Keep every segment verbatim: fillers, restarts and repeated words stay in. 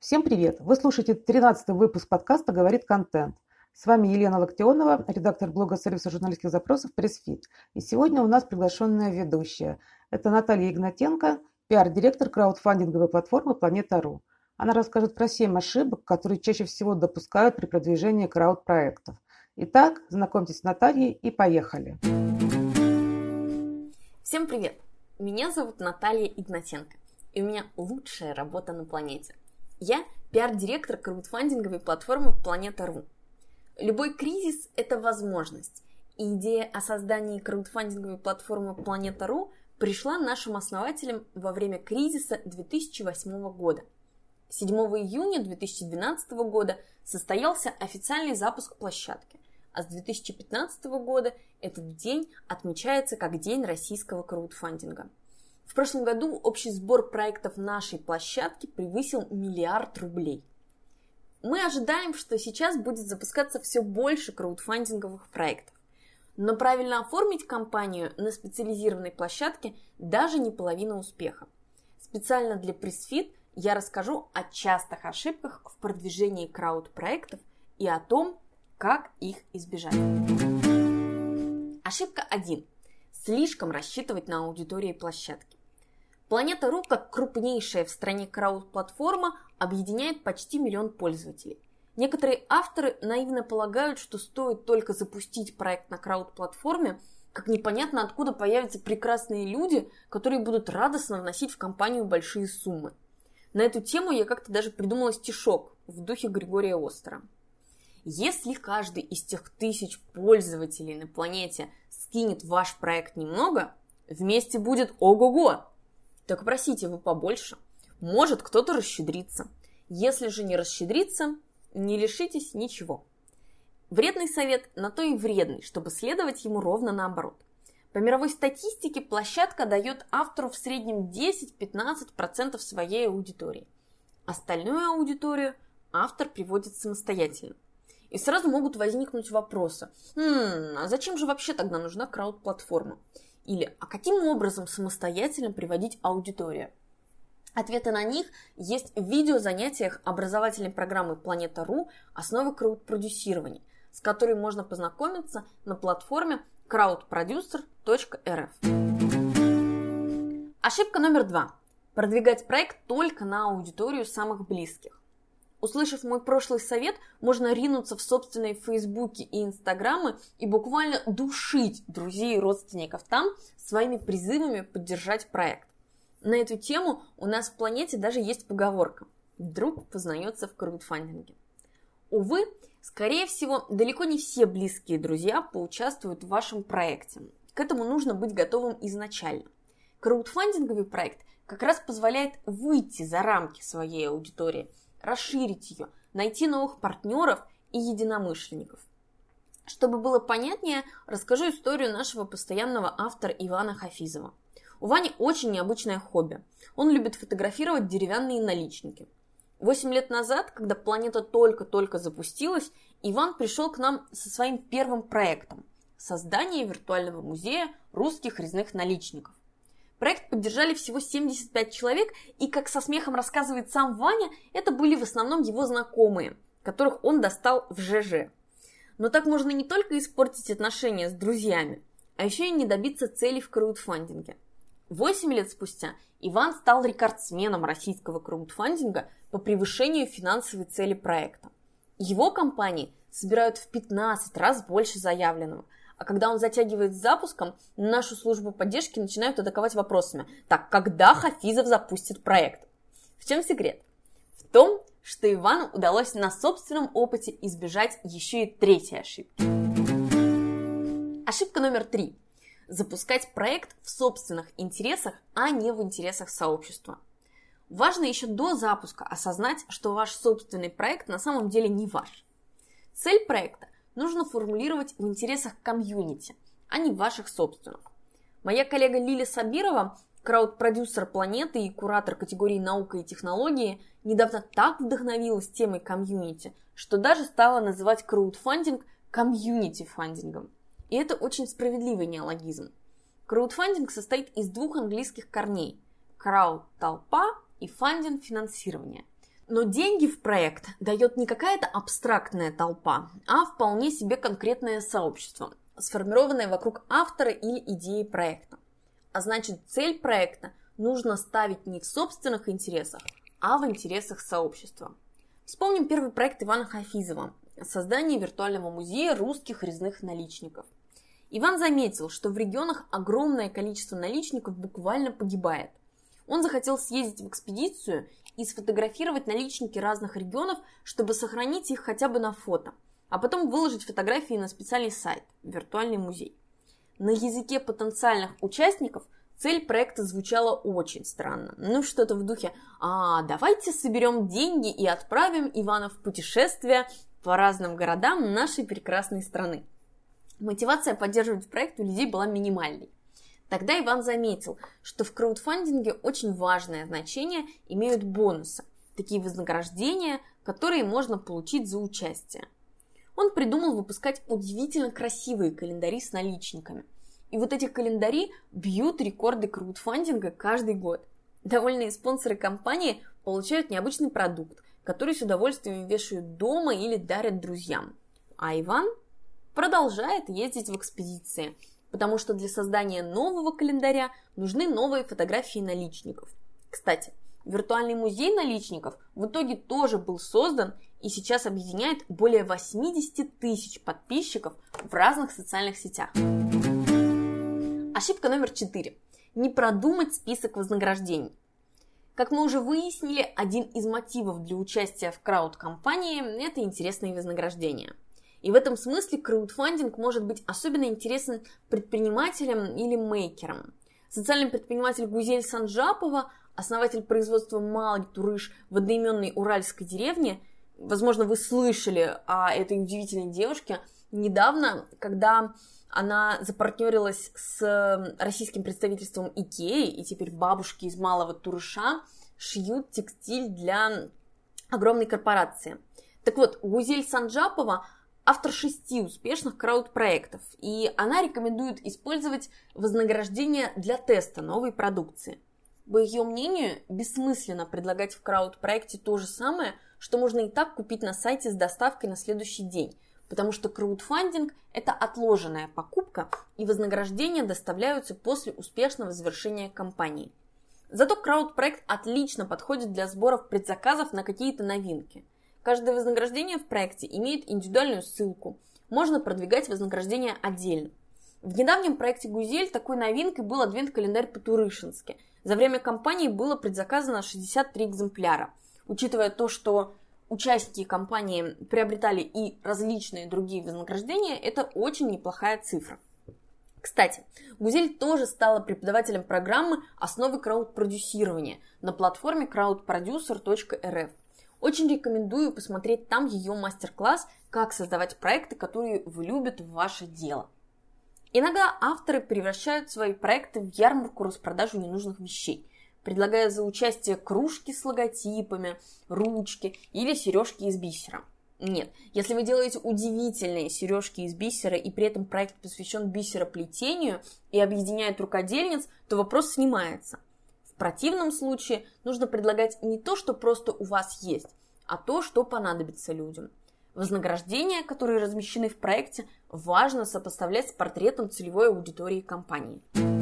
Всем привет! Вы слушаете тринадцатый выпуск подкаста «Говорит контент». С вами Елена Локтионова, редактор блога сервиса журналистских запросов PressFit. И сегодня у нас приглашенная ведущая. Это Наталья Игнатенко, пиар-директор краудфандинговой платформы Планета.ру. Она расскажет про семь ошибок, которые чаще всего допускают при продвижении крауд-проектов. Итак, знакомьтесь с Натальей и поехали. Всем привет! Меня зовут Наталья Игнатенко, и у меня лучшая работа на планете. Я пиар-директор краудфандинговой платформы Планета.ру. Любой кризис – это возможность, и идея о создании краудфандинговой платформы Планета.ру пришла нашим основателям во время кризиса две тысячи восьмого года. седьмого июня две тысячи двенадцатого года состоялся официальный запуск площадки, а с две тысячи пятнадцатого года этот день отмечается как День российского краудфандинга. В прошлом году общий сбор проектов нашей площадки превысил миллиард рублей. Мы ожидаем, что сейчас будет запускаться все больше краудфандинговых проектов. Но правильно оформить кампанию на специализированной площадке даже не половина успеха. Специально для PressFit я расскажу о частых ошибках в продвижении крауд-проектов и о том, как их избежать. Ошибка один. Слишком рассчитывать на аудиторию площадки. Планета.ру, как крупнейшая в стране крауд-платформа, объединяет почти миллион пользователей. Некоторые авторы наивно полагают, что стоит только запустить проект на крауд-платформе, как непонятно откуда появятся прекрасные люди, которые будут радостно вносить в компанию большие суммы. На эту тему я как-то даже придумала стишок в духе Григория Остера. Если каждый из тех тысяч пользователей на планете скинет в ваш проект немного, вместе будет ого-го. Так просите вы побольше. Может, кто-то расщедрится. Если же не расщедрится, не лишитесь ничего. Вредный совет на то и вредный, чтобы следовать ему ровно наоборот. По мировой статистике площадка дает автору в среднем десять-пятнадцать процентов своей аудитории. Остальную аудиторию автор приводит самостоятельно. И сразу могут возникнуть вопросы. Хм, а зачем же вообще тогда нужна крауд-платформа? Или а каким образом самостоятельно приводить аудиторию? Ответы на них есть в видеозанятиях образовательной программы Планета.ру «Основы крауд-продюсирования», с которой можно познакомиться на платформе краудпродюсер точка эр эф. Ошибка номер два. Продвигать проект только на аудиторию самых близких. Услышав мой прошлый совет, можно ринуться в собственные фейсбуки и инстаграмы и буквально душить друзей и родственников там своими призывами поддержать проект. На эту тему у нас в Планете даже есть поговорка «Друг познается в краудфандинге». Увы, скорее всего, далеко не все близкие друзья поучаствуют в вашем проекте. К этому нужно быть готовым изначально. Краудфандинговый проект как раз позволяет выйти за рамки своей аудитории, расширить ее, найти новых партнеров и единомышленников. Чтобы было понятнее, расскажу историю нашего постоянного автора Ивана Хафизова. У Вани очень необычное хобби. Он любит фотографировать деревянные наличники. Восемь лет назад, когда планета только-только запустилась, Иван пришел к нам со своим первым проектом – создание виртуального музея русских резных наличников. Проект поддержали всего семьдесят пять человек, и, как со смехом рассказывает сам Ваня, это были в основном его знакомые, которых он достал в ЖЖ. Но так можно не только испортить отношения с друзьями, а еще и не добиться целей в краудфандинге. Восемь лет спустя Иван стал рекордсменом российского краудфандинга по превышению финансовой цели проекта. Его компании собирают в пятнадцать раз больше заявленного. А когда он затягивает с запуском, нашу службу поддержки начинают атаковать вопросами. Так, когда Хафизов запустит проект? В чем секрет? В том, что Ивану удалось на собственном опыте избежать еще и третьей ошибки. Ошибка номер три. Запускать проект в собственных интересах, а не в интересах сообщества. Важно еще до запуска осознать, что ваш собственный проект на самом деле не ваш. Цель проекта нужно формулировать в интересах комьюнити, а не ваших собственных. Моя коллега Лиля Сабирова, крауд-продюсер Планеты и куратор категории «Наука и технологии», недавно так вдохновилась темой комьюнити, что даже стала называть краудфандинг комьюнити-фандингом. И это очень справедливый неологизм. Краудфандинг состоит из двух английских корней – крауд – толпа и фандинг – финансирование. Но деньги в проект дает не какая-то абстрактная толпа, а вполне себе конкретное сообщество, сформированное вокруг автора или идеи проекта. А значит, цель проекта нужно ставить не в собственных интересах, а в интересах сообщества. Вспомним первый проект Ивана Хафизова – создание виртуального музея русских резных наличников. Иван заметил, что в регионах огромное количество наличников буквально погибает. Он захотел съездить в экспедицию и сфотографировать наличники разных регионов, чтобы сохранить их хотя бы на фото, а потом выложить фотографии на специальный сайт – виртуальный музей. На языке потенциальных участников цель проекта звучала очень странно. Ну, что-то в духе «А, давайте соберем деньги и отправим Ивана в путешествие по разным городам нашей прекрасной страны». Мотивация поддерживать проект у людей была минимальной. Тогда Иван заметил, что в краудфандинге очень важное значение имеют бонусы, такие вознаграждения, которые можно получить за участие. Он придумал выпускать удивительно красивые календари с наличниками. И вот эти календари бьют рекорды краудфандинга каждый год. Довольные спонсоры компании получают необычный продукт, который с удовольствием вешают дома или дарят друзьям. А Иван продолжает ездить в экспедиции, потому что для создания нового календаря нужны новые фотографии наличников. Кстати, виртуальный музей наличников в итоге тоже был создан и сейчас объединяет более восемьдесят тысяч подписчиков в разных социальных сетях. Ошибка номер четыре. Не продумать список вознаграждений. Как мы уже выяснили, один из мотивов для участия в крауд-компании – это интересные вознаграждения. И в этом смысле краудфандинг может быть особенно интересен предпринимателям или мейкерам. Социальный предприниматель Гузель Санджапова, основатель производства «Малый Турыш» в одноименной уральской деревне, возможно, вы слышали о этой удивительной девушке, недавно, когда она запартнерилась с российским представительством Икеи, и теперь бабушки из Малого Турыша шьют текстиль для огромной корпорации. Так вот, Гузель Санджапова автор шести успешных крауд-проектов, и она рекомендует использовать вознаграждение для теста новой продукции. По ее мнению, бессмысленно предлагать в крауд-проекте то же самое, что можно и так купить на сайте с доставкой на следующий день, потому что краудфандинг – это отложенная покупка, и вознаграждения доставляются после успешного завершения кампании. Зато крауд-проект отлично подходит для сборов предзаказов на какие-то новинки. Каждое вознаграждение в проекте имеет индивидуальную ссылку. Можно продвигать вознаграждение отдельно. В недавнем проекте «Гузель» такой новинкой был адвент-календарь по-турышински. За время кампании было предзаказано шестьдесят три экземпляра. Учитывая то, что участники кампании приобретали и различные другие вознаграждения, это очень неплохая цифра. Кстати, Гузель тоже стала преподавателем программы «Основы краудпродюсирования» на платформе краудпродюсер точка эр эф. Очень рекомендую посмотреть там ее мастер-класс «Как создавать проекты, которые влюбят в ваше дело». Иногда авторы превращают свои проекты в ярмарку-распродажу ненужных вещей, предлагая за участие кружки с логотипами, ручки или сережки из бисера. Нет, если вы делаете удивительные сережки из бисера и при этом проект посвящен бисероплетению и объединяет рукодельниц, то вопрос снимается. В противном случае нужно предлагать не то, что просто у вас есть, а то, что понадобится людям. Вознаграждения, которые размещены в проекте, важно сопоставлять с портретом целевой аудитории компании.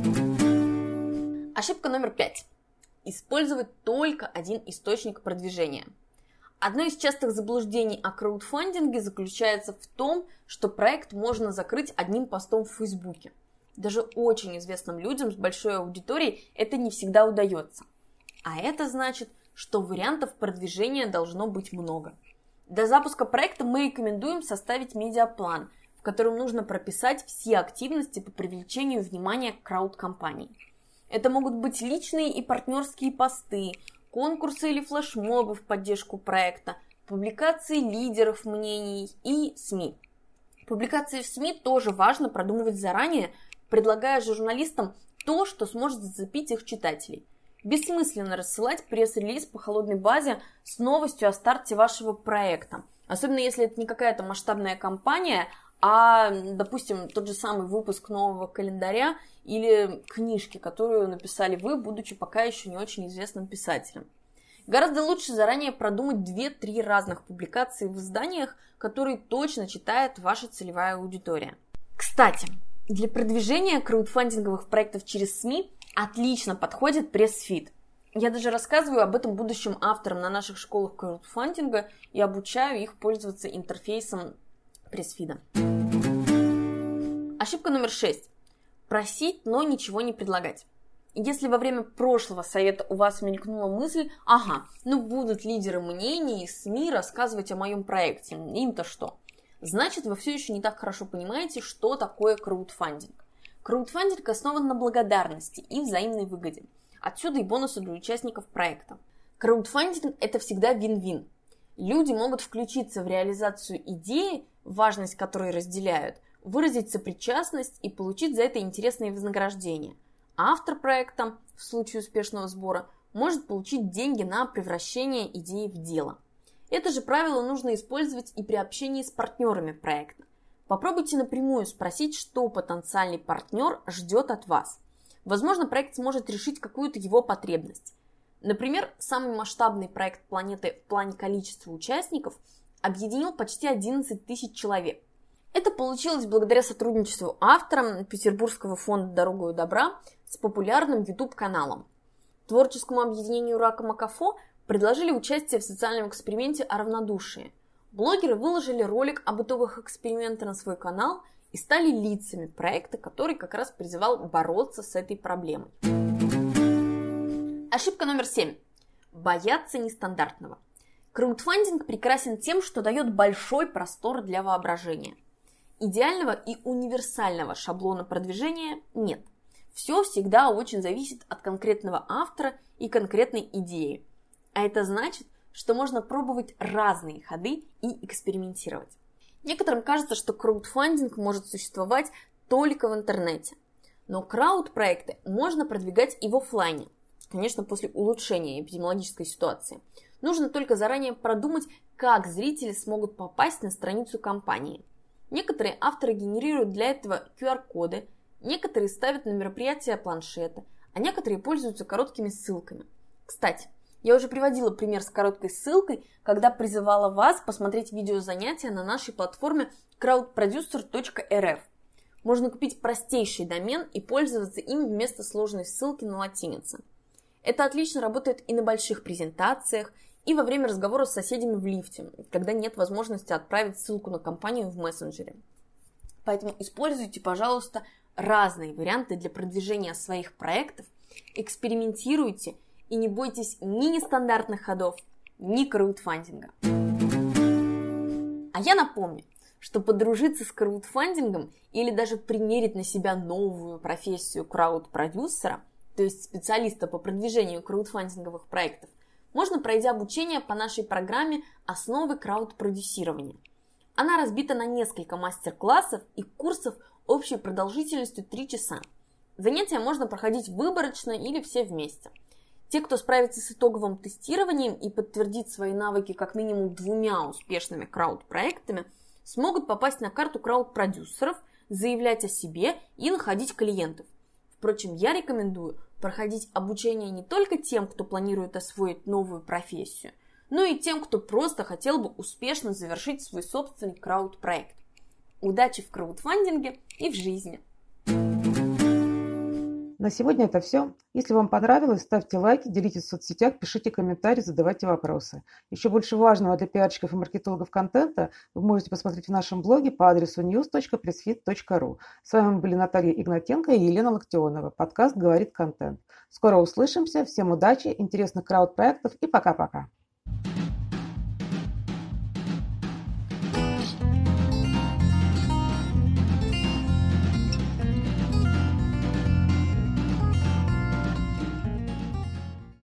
Ошибка номер пять. Использовать только один источник продвижения. Одно из частых заблуждений о краудфандинге заключается в том, что проект можно закрыть одним постом в Фейсбуке. Даже очень известным людям с большой аудиторией это не всегда удается. А это значит, что вариантов продвижения должно быть много. До запуска проекта мы рекомендуем составить медиаплан, в котором нужно прописать все активности по привлечению внимания к крауд-компании. Это могут быть личные и партнерские посты, конкурсы или флешмобы в поддержку проекта, публикации лидеров мнений и СМИ. Публикации в СМИ тоже важно продумывать заранее, предлагая журналистам то, что сможет зацепить их читателей. Бессмысленно рассылать пресс-релиз по холодной базе с новостью о старте вашего проекта, особенно если это не какая-то масштабная кампания, а, допустим, тот же самый выпуск нового календаря или книжки, которую написали вы, будучи пока еще не очень известным писателем. Гораздо лучше заранее продумать две-три разных публикации в изданиях, которые точно читает ваша целевая аудитория. Кстати, для продвижения краудфандинговых проектов через СМИ отлично подходит пресс-фид. Я даже рассказываю об этом будущим авторам на наших школах краудфандинга и обучаю их пользоваться интерфейсом пресс-фида. Ошибка номер шесть. Просить, но ничего не предлагать. Если во время прошлого совета у вас мелькнула мысль, ага, ну будут лидеры мнений и СМИ рассказывать о моем проекте, им-то что? Значит, вы все еще не так хорошо понимаете, что такое краудфандинг. Краудфандинг основан на благодарности и взаимной выгоде. Отсюда и бонусы для участников проекта. Краудфандинг – это всегда вин-вин. Люди могут включиться в реализацию идеи, важность которой разделяют, выразить сопричастность и получить за это интересные вознаграждения. Автор проекта, в случае успешного сбора, может получить деньги на превращение идеи в дело. Это же правило нужно использовать и при общении с партнерами проекта. Попробуйте напрямую спросить, что потенциальный партнер ждет от вас. Возможно, проект сможет решить какую-то его потребность. Например, самый масштабный проект планеты в плане количества участников объединил почти одиннадцать тысяч человек. Это получилось благодаря сотрудничеству автора Петербургского фонда «Дорогою добра» с популярным YouTube-каналом. Творческому объединению «Рака Макафо» предложили участие в социальном эксперименте о равнодушии. Блогеры выложили ролик об итогах эксперимента на свой канал и стали лицами проекта, который как раз призывал бороться с этой проблемой. Ошибка номер семь. Бояться нестандартного. Краудфандинг прекрасен тем, что дает большой простор для воображения. Идеального и универсального шаблона продвижения нет. Все всегда очень зависит от конкретного автора и конкретной идеи. А это значит, что можно пробовать разные ходы и экспериментировать. Некоторым кажется, что краудфандинг может существовать только в интернете. Но крауд-проекты можно продвигать и в офлайне. Конечно, после улучшения эпидемиологической ситуации. Нужно только заранее продумать, как зрители смогут попасть на страницу компании. Некоторые авторы генерируют для этого ку ар-коды, некоторые ставят на мероприятия планшеты, а некоторые пользуются короткими ссылками. Кстати, я уже приводила пример с короткой ссылкой, когда призывала вас посмотреть видеозанятия на нашей платформе крауд продюсер точка эр эф. Можно купить простейший домен и пользоваться им вместо сложной ссылки на латинице. Это отлично работает и на больших презентациях, и во время разговора с соседями в лифте, когда нет возможности отправить ссылку на компанию в мессенджере. Поэтому используйте, пожалуйста, разные варианты для продвижения своих проектов, экспериментируйте и не бойтесь ни нестандартных ходов, ни краудфандинга. А я напомню, что подружиться с краудфандингом или даже примерить на себя новую профессию крауд-продюсера, то есть специалиста по продвижению краудфандинговых проектов, можно, пройдя обучение по нашей программе «Основы крауд-продюсирования». Она разбита на несколько мастер-классов и курсов общей продолжительностью три часа. Занятия можно проходить выборочно или все вместе. Те, кто справится с итоговым тестированием и подтвердит свои навыки как минимум двумя успешными крауд-проектами, смогут попасть на карту крауд-продюсеров, заявлять о себе и находить клиентов. Впрочем, я рекомендую проходить обучение не только тем, кто планирует освоить новую профессию, но и тем, кто просто хотел бы успешно завершить свой собственный крауд-проект. Удачи в краудфандинге и в жизни! На сегодня это все. Если вам понравилось, ставьте лайки, делитесь в соцсетях, пишите комментарии, задавайте вопросы. Еще больше важного для пиарщиков и маркетологов контента вы можете посмотреть в нашем блоге по адресу ньюс точка пресс-фит точка ру. С вами были Наталья Игнатенко и Елена Локтионова. Подкаст «Говорит контент». Скоро услышимся. Всем удачи, интересных крауд-проектов и пока-пока.